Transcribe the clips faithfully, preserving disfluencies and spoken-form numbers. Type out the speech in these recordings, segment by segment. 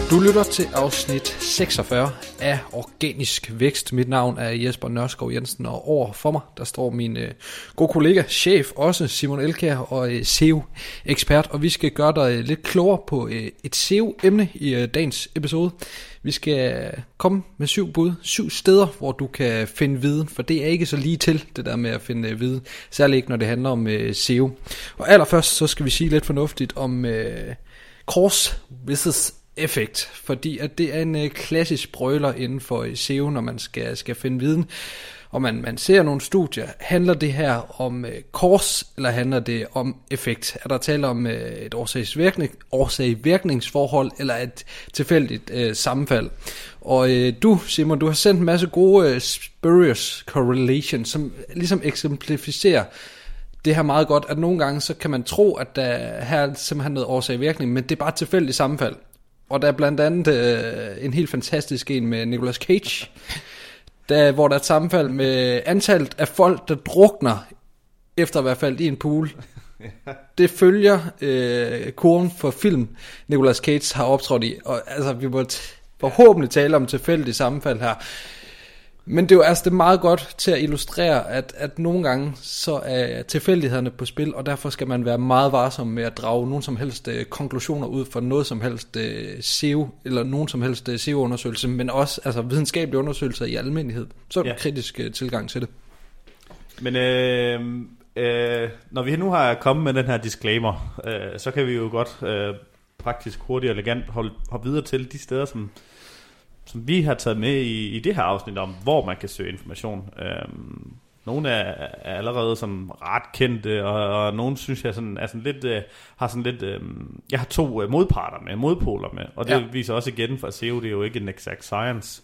Du lytter til afsnit seksogfyrre af Organisk Vækst. Mit navn er Jesper Nørskov Jensen, og over for mig, der står min øh, gode kollega, chef også, Simon Elkjær, og øh, S E O-ekspert. Og vi skal gøre dig øh, lidt klogere på øh, et S E O-emne i øh, dagens episode. Vi skal komme med syv bud, syv steder, hvor du kan finde viden, for det er ikke så lige til, det der med at finde øh, viden, særligt ikke når det handler om øh, S E O. Og allerførst, så skal vi sige lidt fornuftigt om øh, cause versus effekt, fordi at det er en øh, klassisk brøler inden for S E O, når man skal, skal finde viden. Og man, man ser nogle studier, handler det her om øh, cause, eller handler det om effekt? Er der tale om øh, et årsagsvirkning, årsag-virkningsforhold, eller et tilfældigt øh, sammenfald? Og øh, du, Simon, du har sendt en masse gode øh, spurious correlations, som ligesom eksemplificerer det her meget godt, at nogle gange så kan man tro, at der her er simpelthen noget årsag-virkning, men det er bare et tilfældigt sammenfald. Og der er blandt andet øh, en helt fantastisk en med Nicolas Cage, der, hvor der er et sammenfald med antallet af folk, der drukner efter at være faldet i en pool. Det følger øh, kurven for film, Nicolas Cage har optrådt i. Og altså, vi må t- forhåbentlig tale om tilfældigt sammenfald her. Men det er jo altså det er meget godt til at illustrere, at, at nogle gange så er tilfældighederne på spil, og derfor skal man være meget varsom med at drage nogen som helst øh, konklusioner ud for noget som helst øh, S E O, eller nogen som helst øh, S E O-undersøgelse, men også altså, videnskabelige undersøgelser i almindelighed. Så er det ja. kritisk øh, tilgang til det. Men øh, øh, når vi nu har kommet med den her disclaimer, øh, så kan vi jo godt øh, praktisk hurtigt og elegant holde, hoppe videre til de steder, som... som vi har taget med i, i det her afsnit om, hvor man kan søge information. Øhm, nogle er, er allerede som ret kendte, og, og nogle synes jeg sådan, er sådan lidt, øh, har sådan lidt, øh, jeg har to øh, modparter med, modpoler med, og det ja. viser også igen for S E O, det er jo ikke en exact science.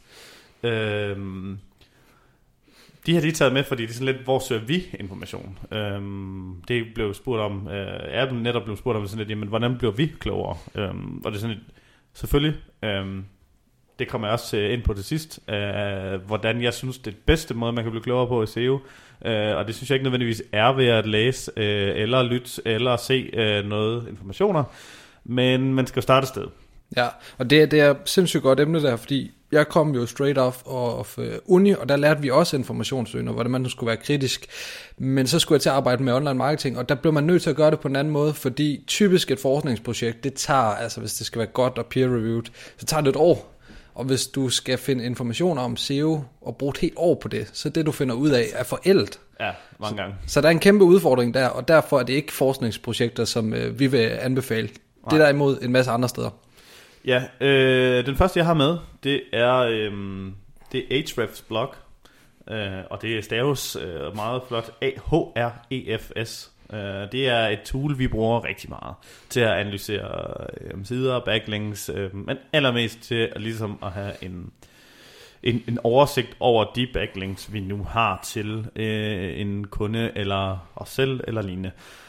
Øhm, de har de taget med, fordi det er sådan lidt, hvor søger vi information? Øhm, det blev spurgt om, øh, er du netop blevet spurgt om sådan lidt, jamen hvordan bliver vi klogere? Øhm, og det er sådan lidt, selvfølgelig, øhm, det kommer jeg også ind på til sidst, øh, hvordan jeg synes, det er den bedste måde, man kan blive klogere på i S E O. Øh, og det synes jeg ikke nødvendigvis er ved at læse, øh, eller lytte, eller se øh, noget informationer. Men man skal starte et sted. Ja, og det, det er sindssygt godt emne der, fordi jeg kom jo straight off of uh, uni, og der lærte vi også informationssøgning, hvordan man skulle være kritisk. Men så skulle jeg til at arbejde med online marketing, og der blev man nødt til at gøre det på en anden måde, fordi typisk et forskningsprojekt, det tager, altså hvis det skal være godt og peer-reviewed, så tager det et år. Og hvis du skal finde information om S E O og bruge et helt år på det, så det du finder ud af er forældet. Ja, mange gange. Så, så der er en kæmpe udfordring der, og derfor er det ikke forskningsprojekter, som øh, vi vil anbefale. Nej. Det er derimod en masse andre steder. Ja, øh, den første jeg har med, det er, øh, det er Ahrefs blog, øh, og det staves øh, meget flot A H R E F S. Det er et tool, vi bruger rigtig meget til at analysere øh, sider, backlinks, øh, men allermest til at, ligesom at have en, en, en oversigt over de backlinks, vi nu har til øh, en kunde eller os selv eller lignende.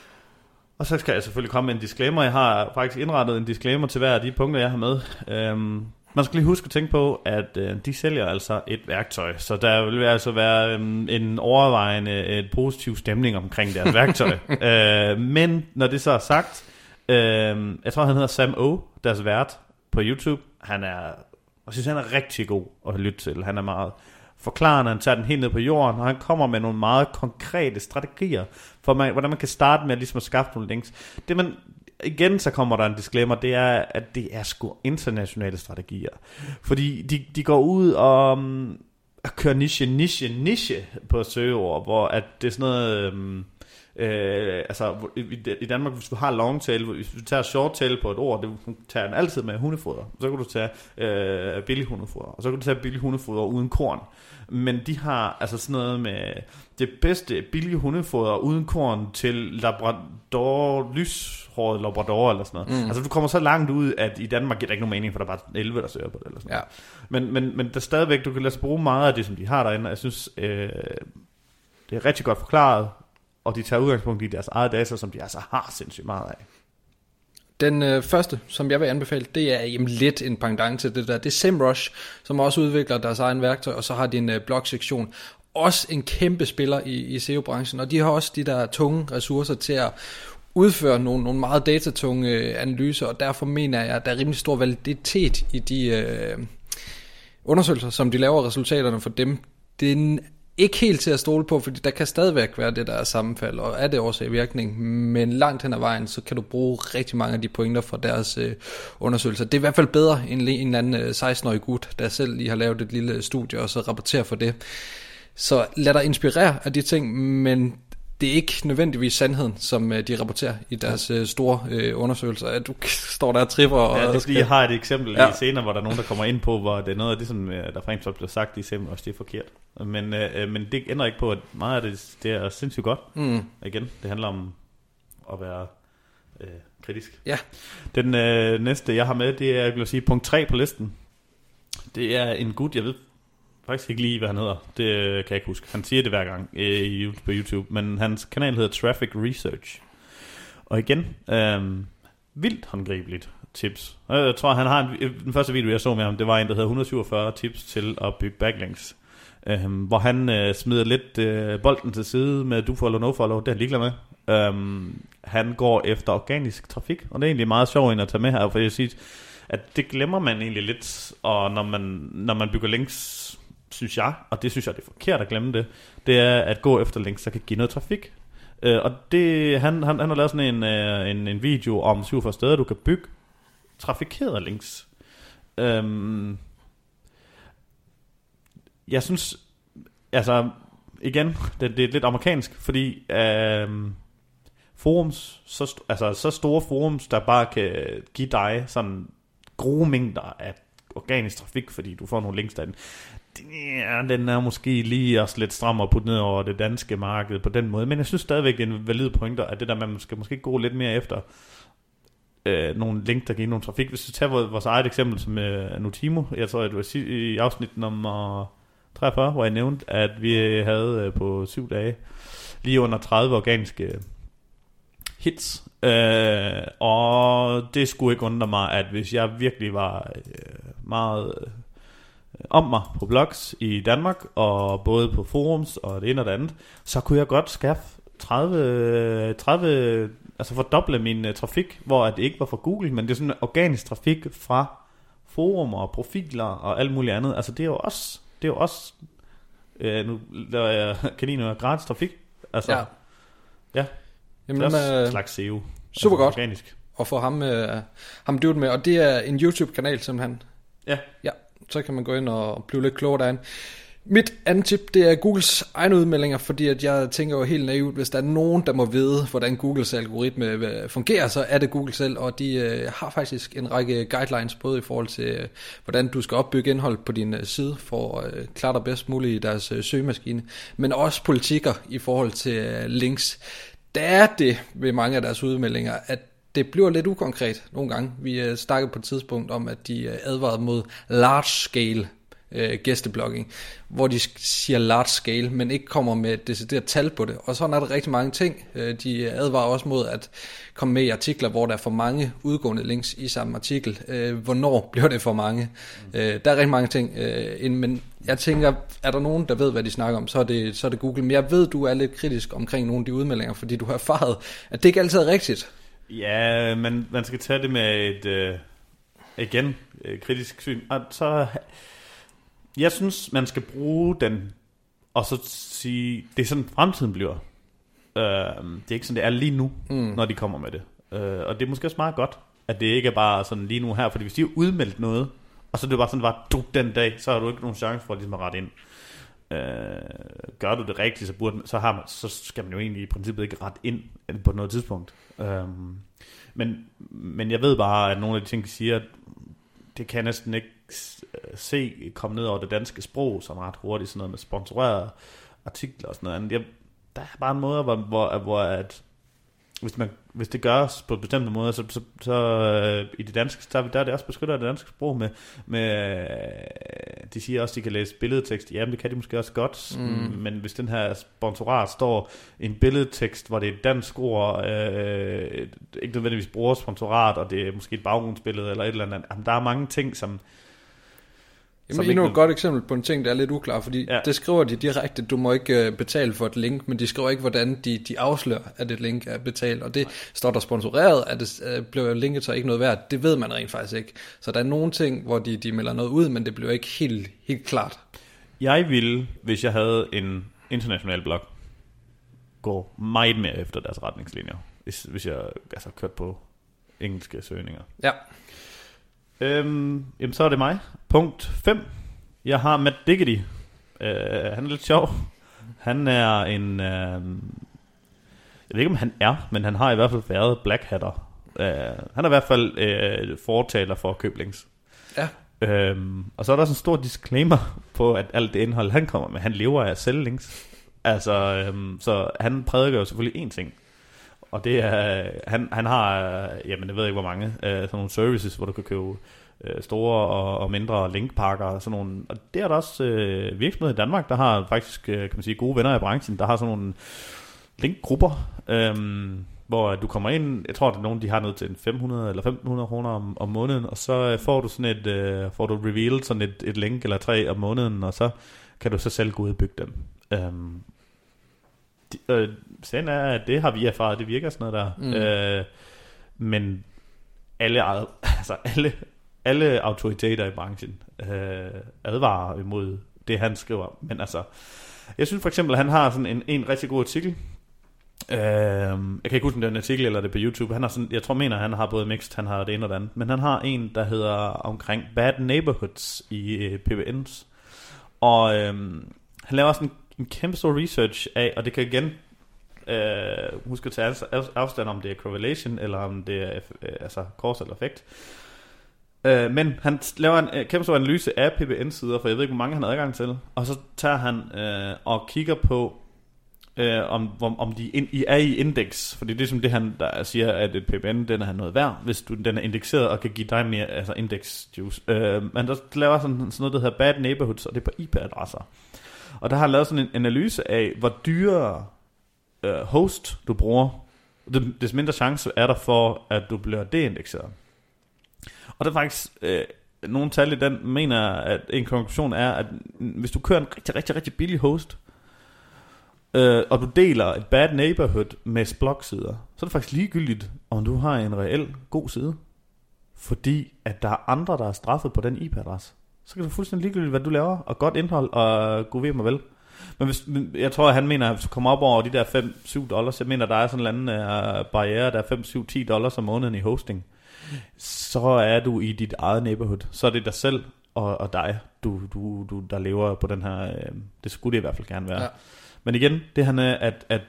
Og så skal jeg selvfølgelig komme med en disclaimer. Jeg har faktisk indrettet en disclaimer til hver af de punkter, jeg har med. Øhm, Man skal lige huske at tænke på, at øh, de sælger altså et værktøj, så der vil altså være øh, en overvejende et positiv stemning omkring deres værktøj. øh, men når det så er sagt, øh, jeg tror han hedder Sam O, deres vært på YouTube. Han er, jeg synes han er rigtig god at lytte til. Han er meget forklarende, han tager den helt ned på jorden, og han kommer med nogle meget konkrete strategier for man, hvordan man kan starte med at, ligesom at skaffe nogle links. Det man Igen så kommer der en disclaimer, det er, at det er sgu internationale strategier. Fordi de, de går ud og um, kører niche, niche, niche på søgeord, hvor at det er sådan noget... Um, øh, altså i, i Danmark, hvis du har long tail, hvis du tager short tail på et ord, det tager den altid med hundefoder. Så kan du tage øh, billig hundefoder, og så kan du tage billig hundefoder uden korn. Men de har altså sådan noget med det bedste billige hundefoder uden korn til Labrador, lyshåret Labrador eller sådan noget. Mm. Altså du kommer så langt ud, at i Danmark giver det ikke nogen mening, for der er bare elleve, der søger på det eller sådan noget. Ja. Men, men, men der stadigvæk, du kan lade sig bruge meget af det, som de har derinde, og jeg synes, øh, det er rigtig godt forklaret, og de tager udgangspunkt i deres eget data, som de altså har sindssygt meget af. Den øh, første, som jeg vil anbefale, det er jamen, lidt en pendant til det der. Det er SEMrush, som også udvikler deres egen værktøj, og så har de en øh, blogsektion. Også en kæmpe spiller i, i S E O-branchen, og de har også de der tunge ressourcer til at udfører nogle, nogle meget datatunge analyser, og derfor mener jeg, at der er rimelig stor validitet i de øh, undersøgelser, som de laver, resultaterne for dem. Det er ikke helt til at stole på, fordi der kan stadigvæk være det, der er sammenfald, og er det også i virkning, men langt hen ad vejen, så kan du bruge rigtig mange af de pointer fra deres øh, undersøgelser. Det er i hvert fald bedre end en eller anden øh, seksten-årig gut, der selv lige har lavet et lille studie, og så rapporterer for det. Så lad dig inspirere af de ting, men det er ikke nødvendigvis sandheden, som øh, de rapporterer i deres øh, store øh, undersøgelser. At du står der og tripper. Og ja, det er fordi, jeg har et eksempel ja. i senere, hvor der er nogen, der kommer ind på, hvor det er noget af det, som der faktisk bliver sagt, de simpelthen også det er forkert. Men, øh, men det ændrer ikke på, at meget af det, det er sindssygt godt. Mm. Igen, det handler om at være øh, kritisk. Ja. Den øh, næste, jeg har med, det er, jeg vil sige, punkt tre på listen. Det er en gut, jeg ved faktisk ikke lige, hvad han hedder. Det kan jeg ikke huske. Han siger det hver gang øh, på YouTube. Men hans kanal hedder Traffic Research. Og igen, øh, vildt håndgribeligt tips. Og jeg tror, han har en, den første video, jeg så med ham, det var en, der hedder et hundrede syvogfyrre tips til at bygge backlinks. Øh, hvor han øh, smider lidt øh, bolden til side med do follow, no follow. Det er han ligeglad med. Øh, han går efter organisk trafik. Og det er egentlig meget sjovt at tage med her, for jeg siger, at det glemmer man egentlig lidt. Og når man, når man bygger links, synes jeg, og det synes jeg, det er forkert at glemme det, det er at gå efter links, der kan give noget trafik. Uh, og det, han, han, han har lavet sådan en, uh, en, en video om syvogfyrre steder, du kan bygge trafikerede links. Um, jeg synes, altså, igen, det, det er lidt amerikansk, fordi um, forums, så, st- altså, så store forums, der bare kan give dig sådan gode mængder af organisk trafik, fordi du får nogle links derinde. Ja, den er måske lige også lidt stram at putte ned over det danske marked på den måde, men jeg synes stadigvæk, det er en valid pointer, at det der, man skal måske gå lidt mere efter øh, nogle link, der giver nogle trafik. Hvis vi tager vores eget eksempel som øh, Notimo, jeg tror, at det var i afsnit nummer treogfyrre, hvor jeg nævnte, at vi havde øh, på syv dage lige under tredive organiske hits, øh, og det skulle ikke undre mig, at hvis jeg virkelig var øh, meget øh, om mig på blogs i Danmark, og både på forums og det ene og det andet, så kunne jeg godt skaffe tredive, tredive altså fordoble min uh, trafik, hvor det ikke var fra Google, men det er sådan organisk trafik fra forumer og profiler og alt muligt andet. Altså det er jo også, det er jo også øh, nu laver jeg kaniner og gratis trafik. Altså, ja. Ja. Jamen, det er også en slags S E O. Super altså, godt. Organisk. Og få ham, øh, ham dude med, og det er en YouTube-kanal simpelthen. Ja. Ja. Så kan man gå ind og blive lidt klogere derinde. Mit andet tip, det er Googles egne udmeldinger, fordi at jeg tænker jo helt naivt, hvis der er nogen, der må vide, hvordan Googles algoritme fungerer, så er det Google selv, og de øh, har faktisk en række guidelines, både i forhold til, øh, hvordan du skal opbygge indhold på din øh, side, for at øh, klare dig bedst muligt i deres øh, søgemaskine, men også politikker i forhold til øh, links. Der er det ved mange af deres udmeldinger, at det bliver lidt ukonkret nogle gange. Vi øh, snakkede på et tidspunkt om, at de øh, advarede mod large scale øh, gæsteblogging, hvor de siger large scale, men ikke kommer med et decideret tal på det. Og sådan er der rigtig mange ting. Øh, de advarer også mod at komme med i artikler, hvor der er for mange udgående links i samme artikel. Øh, hvornår bliver det for mange? Mm. Øh, der er rigtig mange ting. Øh, men jeg tænker, er der nogen, der ved, hvad de snakker om, så er det, så er det Google. Men jeg ved, du er lidt kritisk omkring nogle af de udmeldinger, fordi du har erfaret, at det ikke altid er rigtigt. Ja, men man skal tage det med et øh, igen øh, kritisk syn. Og så jeg synes man skal bruge den og så sige det er sådan fremtiden bliver. Øh, det er ikke sådan det er lige nu, mm. når de kommer med det. Øh, og det er måske også meget godt, at det ikke er bare sådan lige nu her, fordi hvis de har udmeldt noget, og så er det bare sådan bare du den dag, så har du ikke nogen chance for at ligesom at rette ind. Øh, gør du det rigtigt, så, burde, så, har man, så skal man jo egentlig i princippet ikke rette ind på noget tidspunkt. Um, men, men jeg ved bare, at nogle af de ting, de siger, det kan jeg næsten ikke se komme ned over det danske sprog, som ret hurtigt, sådan noget med sponsorerede artikler og sådan noget andet. Jeg, der er bare en måde, hvor, hvor, hvor at, hvis, man, hvis det gøres på bestemte måder, så, så, så øh, i det danske, der, der er det også beskyttet af det danske sprog med, med øh, de siger også, at de kan læse billedtekst. Jamen, det kan de måske også godt, mm. men hvis den her sponsorat står i en billedtekst, hvor det er et dansk ord, øh, ikke nødvendigvis bruger sponsorat, og det er måske et baggrundsbillede eller et eller andet, jamen, der er mange ting, som Jamen, endnu et godt eksempel på en ting, der er lidt uklar, fordi ja. det skriver de direkte, du må ikke betale for et link, men de skriver ikke, hvordan de, de afslører, at et link er betalt, og det Nej. står der sponsoreret, at det bliver linket så ikke noget værd, det ved man rent faktisk ikke. Så der er nogle ting, hvor de, de melder noget ud, men det bliver ikke helt, helt klart. Jeg ville, hvis jeg havde en international blog, gå meget mere efter deres retningslinjer, hvis, hvis jeg altså kørte på engelske søgninger. Ja. Øhm, jamen så er det mig. Punkt fem. Jeg har Matt Diggity. øh, Han er lidt sjov. Han er en øh, jeg ved ikke om han er, men han har i hvert fald været Black Hatter. øh, Han er i hvert fald øh, fortaler for køblinks. Ja. øhm, Og så er der sådan en stor disclaimer på, at alt det indhold han kommer med, han lever af at sælge links. Altså øhm, så han prædiker jo selvfølgelig én ting, og det er, han, han har, jamen jeg ved ikke hvor mange, øh, sådan nogle services, hvor du kan købe øh, store og, og mindre linkpakker og sådan nogle. Og det er der også øh, virksomheder i Danmark, der har faktisk, øh, kan man sige, gode venner i branchen, der har sådan nogle linkgrupper, øh, hvor du kommer ind, jeg tror at nogen de har ned til fem hundrede eller femten hundrede kroner om, om måneden, og så får du sådan et, øh, får du revealed sådan et, et link eller tre om måneden, og så kan du så selv gå ud og bygge dem. Øh, Øh, sagen er, at det har vi erfaret, det virker sådan noget der. Mm. Øh, men alle, altså alle, alle autoriteter i branchen øh, advarer imod det, han skriver. Men altså, jeg synes for eksempel, at han har sådan en, en rigtig god artikel. Øh, jeg kan ikke huske, om det er en artikel eller det er på YouTube. Han har sådan, jeg tror, mener, han har både mixed, han har det ene og det andet. Men han har en, der hedder omkring Bad Neighborhoods i øh, P B N's. Og øh, han laver sådan en kæmpe stor research af, og det kan igen øh, huske at tage afstand, om det er correlation, eller om det er øh, altså cause eller effekt. Øh, men han laver en øh, kæmpe stor analyse af P B N-sider, for jeg ved ikke, hvor mange han har adgang til, og så tager han øh, og kigger på, øh, om, om, om de in, I er i indeks, fordi det er som det, han der siger, at et P B N, den er noget værd, hvis du, den er indekseret og kan give dig mere, altså index juice. Øh, men der laver sådan, sådan noget, der hedder Bad Neighborhoods, og det er på I P-adresser. Og der har han lavet sådan en analyse af, hvor dyre øh, host du bruger, des mindre chance er der for, at du bliver deindekseret. Og der er faktisk øh, nogle tal i den, mener, at en konklusion er, at hvis du kører en rigtig, rigtig, rigtig billig host, øh, og du deler et bad neighborhood med blogsider, så er det faktisk ligegyldigt, om du har en reel god side. Fordi at der er andre, der er straffet på den I P-adresse. Så kan du fuldstændig ligegyldigt, hvad du laver, og godt indhold, og god ved mig vel. Men hvis, jeg tror, at han mener, at hvis du kommer op over de der fem til syv dollars, jeg mener, der er sådan en eller anden uh, barriere, der er fem, syv, ti dollars om måneden i hosting, så er du i dit eget neighborhood. Så er det dig selv og, og dig, du, du, du, der lever på den her, uh, det skulle det i hvert fald gerne være. Ja. Men igen, det her er, at, at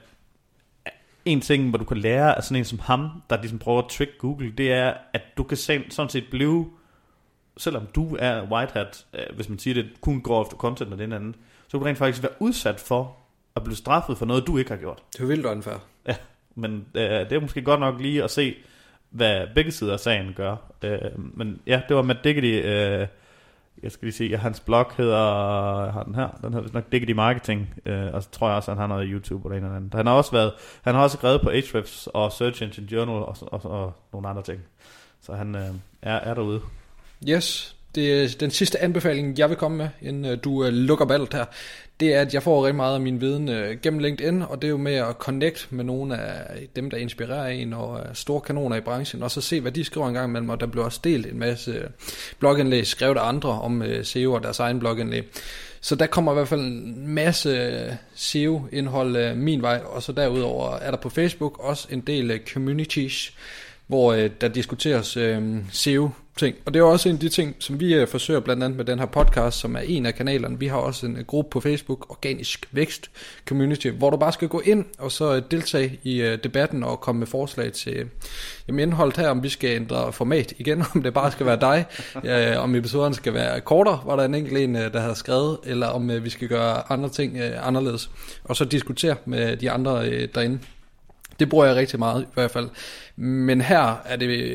en ting, hvor du kan lære af sådan en som ham, der ligesom prøver at trick Google, det er, at du kan sådan set blive, selvom du er white hat, hvis man siger det, kun går efter content og det andet, så kan du rent faktisk være udsat for at blive straffet for noget, du ikke har gjort. Det er vildt unfair. Ja, men øh, det er måske godt nok lige at se, hvad begge sider af sagen gør. Øh, men ja, det var Matt Diggity. Øh, jeg skal lige se, hans blog hedder, jeg har den her, den hedder nok Diggity Marketing, øh, og så tror jeg også, at han har noget YouTube eller en eller anden. Han har også været, han har også skrevet på Ahrefs og Search Engine Journal og, og, og, og nogle andre ting. Så han øh, er, er derude. Yes, det er den sidste anbefaling, jeg vil komme med, inden uh, du uh, lukker ballet her. Det er, at jeg får rigtig meget af min viden uh, gennem LinkedIn, og det er jo med at connect med nogle af dem, der inspirerer en, og uh, store kanoner i branchen, og så se, hvad de skriver en gang imellem, og der bliver også delt en masse uh, blogindlæg, skrevet af andre om uh, S E O og deres egen blogindlæg. Så der kommer i hvert fald en masse uh, S E O-indhold uh, min vej, og så derudover er der på Facebook også en del uh, communities, hvor øh, der diskuteres øh, S E O-ting. Og det er også en af de ting, som vi øh, forsøger blandt andet med den her podcast, som er en af kanalerne. Vi har også en øh, gruppe på Facebook, Organisk Vækst Community, hvor du bare skal gå ind og så øh, deltage i øh, debatten og komme med forslag til øh, jamen, indholdet her, om vi skal ændre format igen, om det bare skal være dig, øh, om episoderne skal være kortere, var der en enkelt en, øh, der havde skrevet, eller om øh, vi skal gøre andre ting øh, anderledes, og så diskutere med de andre øh, derinde. Det bruger jeg rigtig meget i hvert fald. Men her er det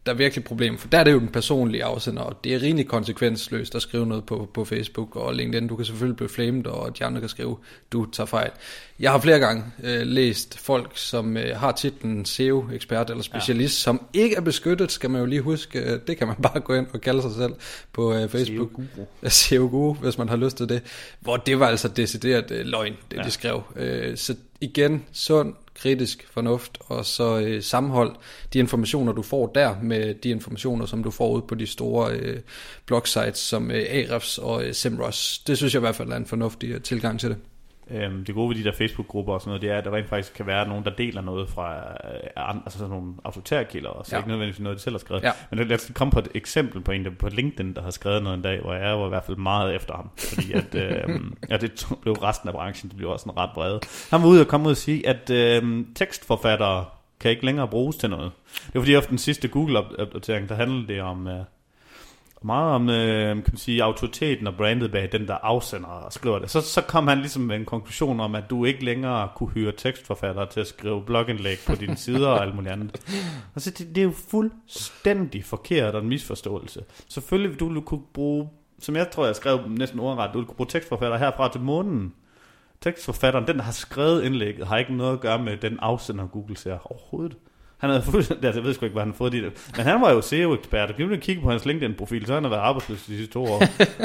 der er virkelig problem, for der er det jo den personlige afsender, og det er rimelig konsekvensløst at skrive noget på, på Facebook og LinkedIn. Du kan selvfølgelig blive flamed, og de andre kan skrive, du tager fejl. Jeg har flere gange øh, læst folk, som øh, har titlen S E O-ekspert eller specialist, ja. Som ikke er beskyttet, skal man jo lige huske. Øh, det kan man bare gå ind og kalde sig selv på øh, Facebook. S E O-guru, hvis man har lyst til det. Hvor det var altså decideret øh, løgn, det ja. De skrev. Øh, så igen, sund, kritisk fornuft, og så øh, sammenhold de informationer, du får der, med de informationer, som du får ud på de store øh, blogsites, som øh, Ahrefs og øh, Semrush. Det synes jeg i hvert fald er en fornuftig øh, tilgang til det. Øhm, det gode ved de der Facebook-grupper og sådan noget, det er, at der rent faktisk kan være nogen, der deler noget fra øh, altså sådan nogle autoritære kilder, og så ja. Ikke nødvendigvis noget, de selv har skrevet. Ja. Men lad os komme på et eksempel på en, der på LinkedIn, der har skrevet noget en dag, hvor jeg var i hvert fald meget efter ham, fordi at, øh, ja, det blev resten af branchen, det blev også sådan ret brede. Han var ude og komme ud og sige, at øh, tekstforfattere kan ikke længere bruges til noget. Det var fordi efter den sidste Google-opdatering, der handlede det om... Øh, meget om øh, kan man sige, autoriteten og brandet bag den, der afsender og skriver det. Så, så kom han ligesom med en konklusion om, at du ikke længere kunne hyre tekstforfattere til at skrive blogindlæg på dine sider og alt muligt andet. Altså, det, det er jo fuldstændig forkert og en misforståelse. Selvfølgelig du ville kunne bruge, som jeg tror, jeg skrev næsten ordret, du ville kunne bruge tekstforfattere herfra til månen. Tekstforfatteren, den der har skrevet indlægget, har ikke noget at gøre med den afsender, Google ser overhovedet. Han havde fuldstændig, altså jeg ved sgu ikke, hvad han har fået det. Men han var jo S E O-ekspert, og kan kigge på hans LinkedIn-profil, så han har været arbejdsløs de sidste to år.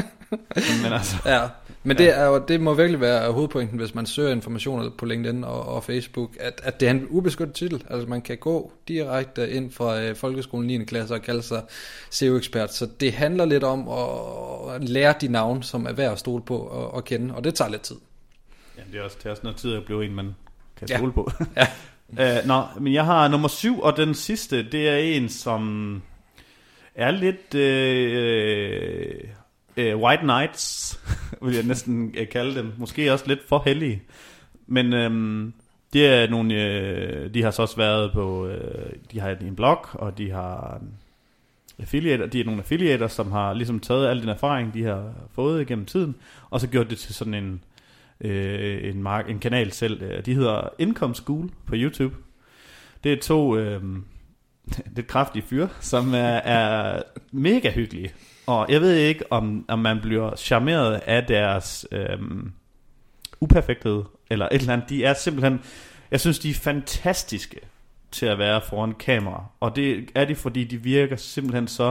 men altså, ja, men ja. Det, er jo, det må virkelig være hovedpointen, hvis man søger informationer på LinkedIn og, og Facebook, at, at det er en ubeskyttet titel. Altså man kan gå direkte ind fra øh, folkeskolen niende klasse og kalde sig S E O-ekspert. Så det handler lidt om at lære de navne, som er værd at stole på og, og kende, og det tager lidt tid. Ja, det er også, det er også noget tid at blive en, man kan stole ja. på. ja. Uh, nå, men jeg har nummer syv, og den sidste, det er en, som er lidt uh, uh, White Knights, vil jeg næsten kalde dem. Måske også lidt for hellige. Men um, det er nogle, uh, de har så også været på, uh, de har en blog, og de har affiliater, de er nogle affiliater, som har ligesom taget al den erfaring, de har fået igennem tiden, og så gjort det til sådan en Øh, en, mark- en kanal selv. De hedder Income School på YouTube. Det er to øh, lidt kraftige fyre, som er, er mega hyggelige. Og jeg ved ikke, om, om man bliver charmeret af deres øh, uperfekthed eller et eller andet. De er simpelthen, jeg synes, de er fantastiske til at være foran kamera. Og det er de, fordi de virker simpelthen så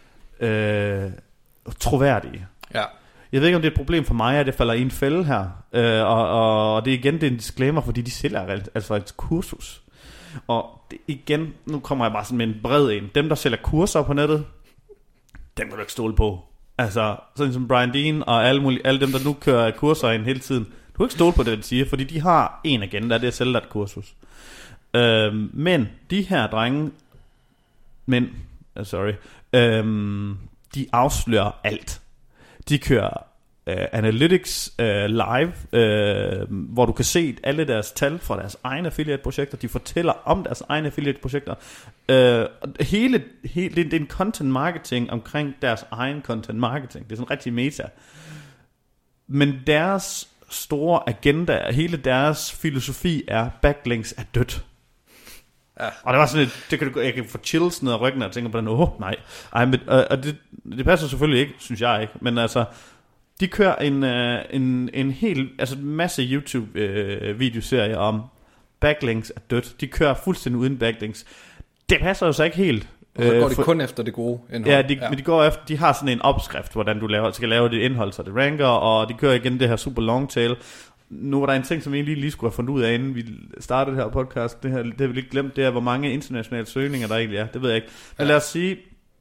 øh, troværdige. Ja. Jeg ved ikke, om det er et problem for mig, at det falder i en fælde her. Øh, og, og, og det er igen det er en disclaimer, fordi de sælger altså et kursus. Og det, igen, nu kommer jeg bare sådan med en bred en. Dem, der sælger kurser på nettet, dem kan du ikke stole på. Altså, sådan som Brian Dean og alle, mulige, alle dem, der nu kører kurser ind hele tiden. Du kan ikke stole på det, de siger, fordi de har en agenda, det er at sælge dig et kursus. Øh, men de her drenge, men, uh, sorry, øh, de afslører alt. De kører uh, analytics uh, live, uh, hvor du kan se alle deres tal fra deres egne affiliate-projekter. De fortæller om deres egne affiliate-projekter. Uh, hele, hele, det, det er en content marketing omkring deres egen content marketing. Det er sådan rigtig meta. Men deres store agenda, hele deres filosofi er, backlinks er dødt. Ja. Og det var sådan et, det kan du, jeg kan få chills ned ad ryggen og tænker på den, åh oh, nej. Ej, men, og, og det, det passer selvfølgelig ikke, synes jeg ikke. Men altså, de kører en, uh, en, en hel, altså en masse YouTube uh, videoserier om backlinks er dødt. De kører fuldstændig uden backlinks. Det passer jo så ikke helt. Og så går de for, kun efter det gode indhold. Ja, de, ja. Men de går efter, de har sådan en opskrift, hvordan du laver, skal lave det indhold, så det ranker, og de kører igen det her super long tail. Nu var der en ting, som vi lige, lige skulle have fundet ud af, inden vi startede det her podcast. Det, her, det har vi lige glemt, det er, hvor mange internationale søgninger der egentlig er. Det ved jeg ikke. Men ja. lad os sige,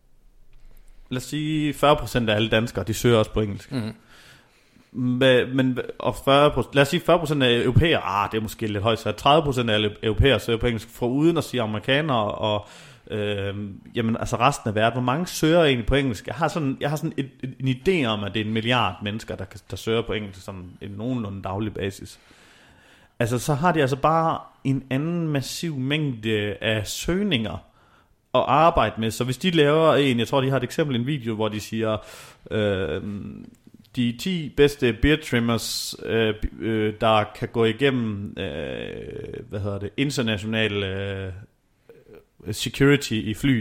lad os sige fyrre procent af alle danskere, de søger også på engelsk. Mm. Men, men og fyrre procent, lad os sige fyrre procent af europæere, ah, det er måske lidt højt, så tredive procent af alle europæere søger på engelsk, for uden at sige amerikanere og øh, jamen altså resten af verden. Hvor mange søger egentlig på engelsk? Jeg har sådan, jeg har sådan et, et, en idé om, at det er en milliard mennesker, der, der søger på engelsk sådan en nogenlunde daglig basis. Altså så har de altså bare en anden massiv mængde af søgninger at arbejde med. Så hvis de laver en, jeg tror de har et eksempel, en video, hvor de siger øh, de ti bedste beard trimmers, øh, øh, der kan gå igennem øh, hvad hedder det, international øh, security i flyet. Og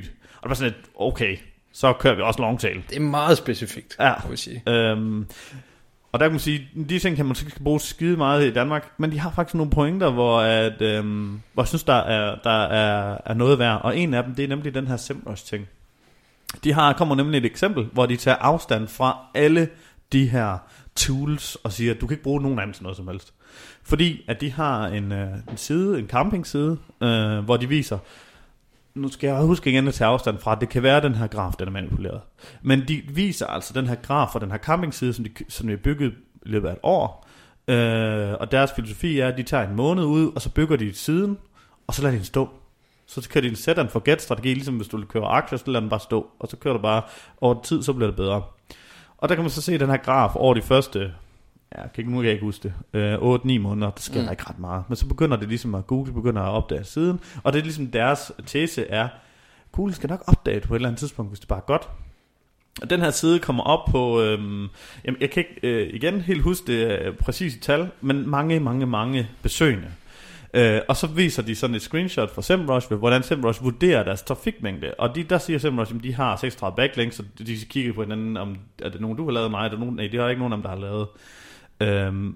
det var sådan et, okay, så kører vi også longtail. Det er meget specifikt, ja. må vi sige. Øhm, og der kan man sige, de ting kan man ikke bruge skide meget i Danmark, men de har faktisk nogle pointer, hvor, at, øhm, hvor jeg synes, der er, der er, er noget værd. Og en af dem, det er nemlig den her SEMrush ting. De har, kommer nemlig et eksempel, hvor de tager afstand fra alle de her tools og siger, at du kan ikke bruge nogen af dem til noget som helst. Fordi at de har en, øh, en side, en campingside, øh, hvor de viser, nu skal jeg huske igen at tage afstand fra, det kan være den her graf, den er manipuleret. Men de viser altså den her graf og den her campingside, som de, som de er bygget i løbet af et år. Øh, og deres filosofi er, at de tager en måned ud, og så bygger de siden, og så lader de den stå. Så kører de en set and forget strategi, ligesom hvis du kører aktier, så lader den bare stå. Og så kører du bare over tid, så bliver det bedre. Og der kan man så se den her graf over de første, ja, kan ikke, nu kan jeg ikke huske det, øh, otte ni måneder, der sker mm. der ikke ret meget. Men så begynder det ligesom at Google begynder at opdage siden, og det er ligesom deres tese er, Google skal nok opdage det på et eller andet tidspunkt, hvis det bare er godt. Og den her side kommer op på, øhm, jamen jeg kan ikke øh, igen helt huske det øh, præcise tal, men mange, mange, mange besøgende. Øh, og så viser de sådan et screenshot fra SEMrush, hvordan SEMrush vurderer deres trafikmængde. Og de, der siger SEMrush, at de har seksogtredive backlinks, og de kigger på hinanden, om er det nogen, du har lavet mig, er det nogen, nej, det har ikke nogen af dem, der har lavet. Øhm,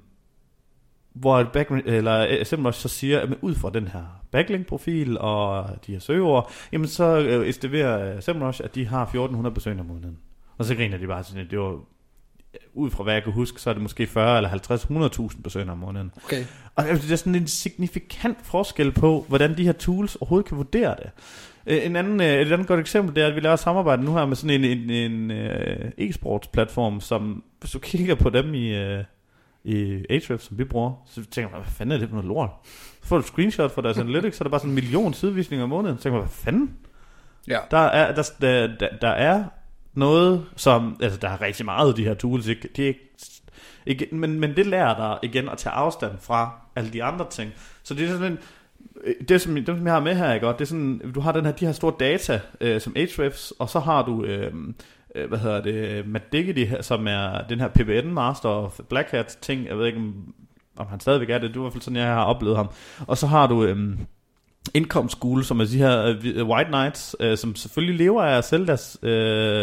hvor et back, eller SEMrush så siger, at ud fra den her backlink-profil og de her søgeord, jamen så øh, estimerer SEMrush, at de har fjorten hundrede besøgende om måneden. Og så griner de bare sådan, det var, ud fra hvad jeg kan huske, så er det måske fyrre eller halvtreds hundrede tusind besøgende om måneden. Okay. Og det er sådan en signifikant forskel på, hvordan de her tools overhovedet kan vurdere det. En anden, et andet godt eksempel, det er, at vi laver samarbejde nu her med sådan en, en, en e-sports platform, som hvis du kigger på dem i, i Ahrefs, som vi bruger, så tænker man, hvad fanden er det for noget lort? Så får du et screenshot fra deres analytics, så er der bare sådan en million sidevisninger om måneden. Så tænker man, hvad fanden? Ja. Der er, der, der, der, der er noget, som, altså der er rigtig meget af de her tools, ikke? Det er ikke, ikke men, men det lærer dig igen at tage afstand fra alle de andre ting. Så det er sådan en, det som, det som jeg har med her, ikke? Det er sådan, du har den her, de her store data, øh, som Ahrefs, og så har du, øh, øh, hvad hedder det, Matt Diggity, som er den her P B N Master of Black Hat ting, jeg ved ikke, om, om han stadigvæk er det, det er i hvert fald sådan, jeg har oplevet ham. Og så har du øh, Income School, som er de her uh, White Knights, uh, som selvfølgelig lever af at sælge deres, uh,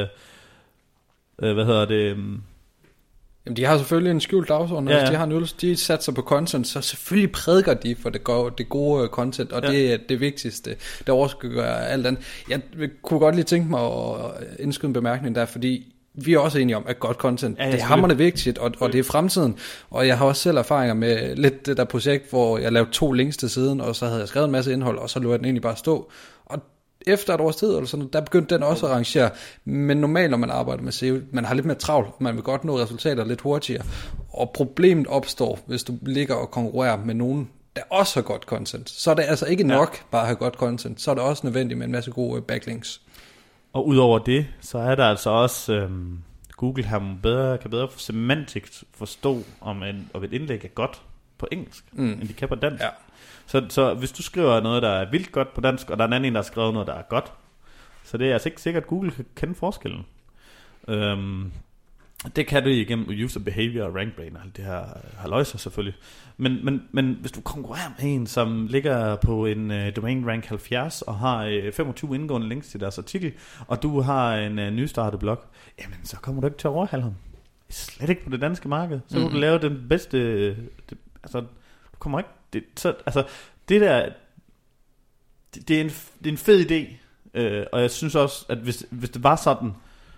uh, hvad hedder det? Um... Jamen, de har selvfølgelig en skjult dagsorden, ja, ja. De har nul, de satser på content, så selvfølgelig prædiker de for det gode, det gode content, og ja. Det er det vigtigste, der overskygger alt andet. Jeg kunne godt lige tænke mig at indskyde en bemærkning der, fordi vi er også enige om, at godt content, ja, det er hamrende vigtigt, og, og det er fremtiden. Og jeg har også selv erfaringer med lidt det der projekt, hvor jeg lavede to links til siden, og så havde jeg skrevet en masse indhold, og så lå jeg den egentlig bare stå. Og efter et års tid, eller sådan, der begyndte den også at arrangere. Men normalt, når man arbejder med S E O, man har lidt mere travlt, man vil godt nå resultater lidt hurtigere. Og problemet opstår, hvis du ligger og konkurrerer med nogen, der også har godt content. Så er det altså ikke nok ja. bare at have godt content, så er det også nødvendigt med en masse gode backlinks. Og udover det, så er der altså også, øhm, Google har bedre, kan bedre semantisk forstå, om, en, om et indlæg er godt på engelsk, mm. end de kan på dansk. Ja. Så, så hvis du skriver noget, der er vildt godt på dansk, og der er en anden, der har skrevet noget, der er godt, så det er altså ikke sikkert, at Google kan kende forskellen. Øhm, det kan du igennem user behavior og rankbrain og alt det her haløjser selvfølgelig. Men, men, men hvis du konkurrerer med en, som ligger på en uh, domain rank halvfjerds og har uh, femogtyve indgående links til deres artikel, og du har en uh, nystartet blog, jamen så kommer du ikke til at overhale ham. Slet ikke på det danske marked. Så mm-hmm. kan du lave den bedste, det, altså du kommer ikke, det, så, altså det der, det, det, er en, det er en fed idé, uh, og jeg synes også, at hvis, hvis det var sådan,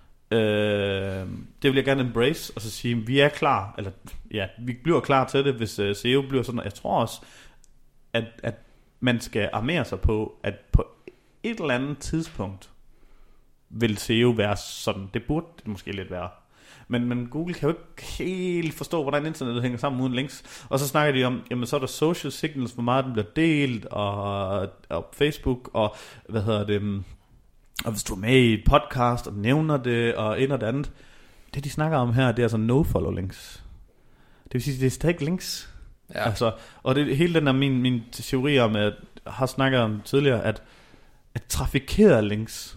Øh, det vil jeg gerne embrace og så sige, vi er klar, eller ja, vi bliver klar til det, hvis uh, S E O bliver sådan. Jeg tror også, at, at man skal armere sig på, at på et eller andet tidspunkt vil S E O være sådan. Det burde det måske lidt være. Men, men Google kan jo ikke helt forstå, hvordan internettet hænger sammen uden links. Og så snakker de om, jamen så er der social signals, hvor meget den bliver delt, og, og Facebook, og hvad hedder det, og hvis du er med i et podcast og nævner det og ind og det andet, det de snakker om her, det er altså no-follow links. Det vil sige, det er stadig links. Ja. Altså, og det hele den der min, min teori om, at jeg har snakket om tidligere, at, at trafikerede links,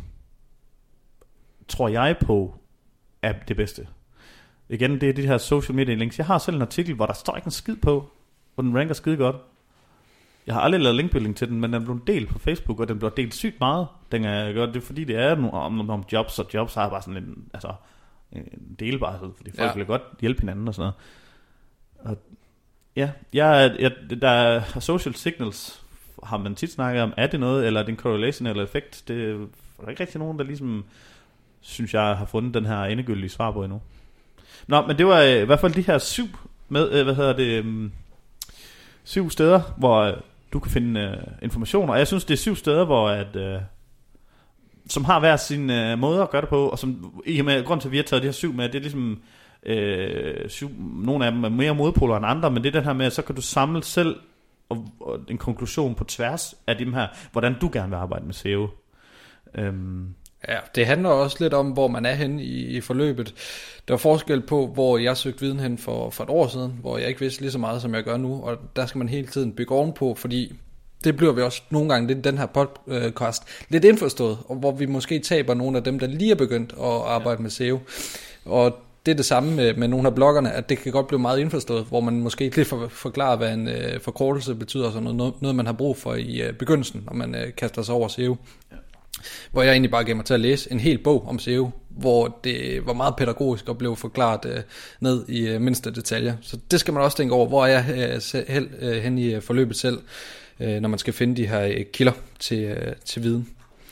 tror jeg på, er det bedste. Igen, det er de her social media links. Jeg har selv en artikel, hvor der står ikke en skid på, hvor den ranker skide godt. Jeg har aldrig lavet linkbuilding til den, men den blev delt på Facebook, og den blev delt sygt meget. Den er godt, det er fordi, det er nogle, om, om jobs, og jobs har bare sådan en, altså, en delbarhed, fordi folk ja. vil godt hjælpe hinanden og sådan noget. Og ja, jeg, jeg, der er social signals, har man tit snakket om, er det noget, eller er det en correlation eller effekt? Det er der ikke rigtig nogen, der ligesom, synes jeg, har fundet den her endegyldige svar på endnu. Nå, men det var i hvert fald de her syv, med, hvad hedder det, um, syv steder, hvor du kan finde uh, informationer. Og jeg synes, det er syv steder, hvor at, uh, som har hver sin uh, måde at gøre det på, og som, i og med grund til, at vi har taget de her syv med, det er ligesom, uh, syv, nogle af dem er mere modpoler end andre, men det er den her med, at så kan du samle selv og, og en konklusion på tværs af dem her, hvordan du gerne vil arbejde med S E O. Um, Ja, det handler også lidt om, hvor man er henne i, i forløbet. Der er forskel på, hvor jeg søgte viden hen for, for et år siden, hvor jeg ikke vidste lige så meget, som jeg gør nu, og der skal man hele tiden bygge ovenpå, fordi det bliver vi også nogle gange, det er den her podcast, lidt indforstået, og hvor vi måske taber nogle af dem, der lige er begyndt at arbejde med S E O. Og det er det samme med, med nogle af bloggerne, at det kan godt blive meget indforstået, hvor man måske ikke lige for, forklarer, hvad en øh, forkortelse betyder, sådan noget, noget man har brug for i øh, begyndelsen, når man øh, kaster sig over S E O. Ja. Hvor jeg egentlig bare gav mig til at læse en hel bog om S E O, hvor det var meget pædagogisk og blev forklaret øh, ned i øh, mindste detaljer. Så det skal man også tænke over, hvor er jeg øh, selv, øh, hen i øh, forløbet selv, øh, når man skal finde de her øh, kilder til, øh, til viden.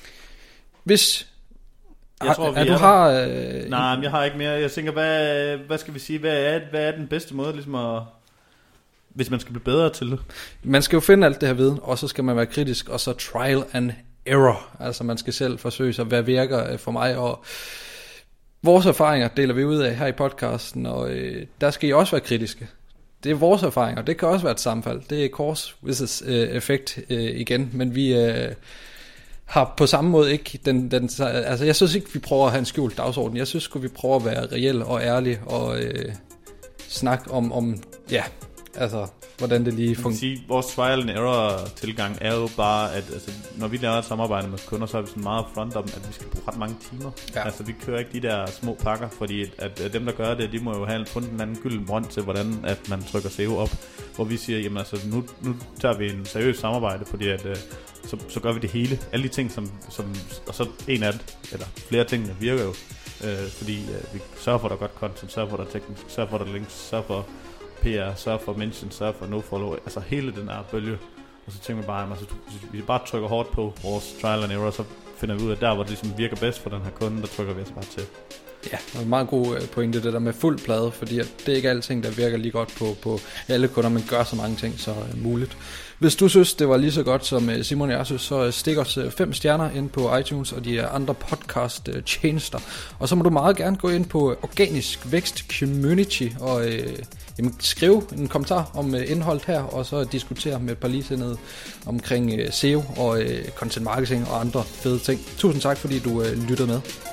Hvis jeg tror, har, er du har øh, nej, men jeg har ikke mere. Jeg tænker, hvad, hvad skal vi sige? Hvad er, hvad er den bedste måde, ligesom at, hvis man skal blive bedre til det? Man skal jo finde alt det her viden, og så skal man være kritisk, og så trial and error. Altså man skal selv forsøge sig, hvad virker for mig, og vores erfaringer deler vi ud af her i podcasten, og øh, der skal I også være kritiske. Det er vores erfaringer, det kan også være et sammenfald. Det er cause versus øh, effekt øh, igen, men vi øh, har på samme måde ikke den, den, altså jeg synes ikke, vi prøver at have en skjult dagsorden. Jeg synes sgu, vi prøver at være reelle og ærlige, og øh, snakke om, om, ja, altså hvordan det lige fungerer. Vores trial and error tilgang er jo bare, at altså, når vi laver et samarbejde med kunder, så er vi sådan meget front om, at vi skal bruge ret mange timer. Ja. Altså vi kører ikke de der små pakker, fordi at, at dem der gør det, de må jo have fundet en anden gylden brønd til, hvordan at man trykker S E O op. Hvor vi siger, jamen altså nu, nu tager vi en seriøs samarbejde, fordi at uh, så, så gør vi det hele. Alle de ting, som, som og så en af det, eller flere ting, virker jo. Uh, fordi uh, vi sørger for, at der er godt content, sørger for, at der er teknisk, sørger for, at der er links, sørger for P R, sørg for mention, sørg for nofollow, altså hele den her bølge. Og så tænker vi bare, altså, hvis vi bare trykker hårdt på vores trial and error, så finder vi ud af der, hvor det ligesom virker bedst for den her kunde, der trykker vi altså bare til. Ja, og en meget god pointe det der med fuld plade, fordi at det er ikke alting, der virker lige godt på, på alle kunder, men gør så mange ting så uh, muligt. Hvis du synes, det var lige så godt som uh, Simon og jeg synes, så stik os uh, fem stjerner ind på iTunes og de andre podcast uh, tjenester. Og så må du meget gerne gå ind på Organisk Vækst Community og uh, jamen, skrive en kommentar om uh, indholdet her, og så diskutere med et par ligesindede omkring uh, S E O og uh, content marketing og andre fede ting. Tusind tak, fordi du uh, lyttede med.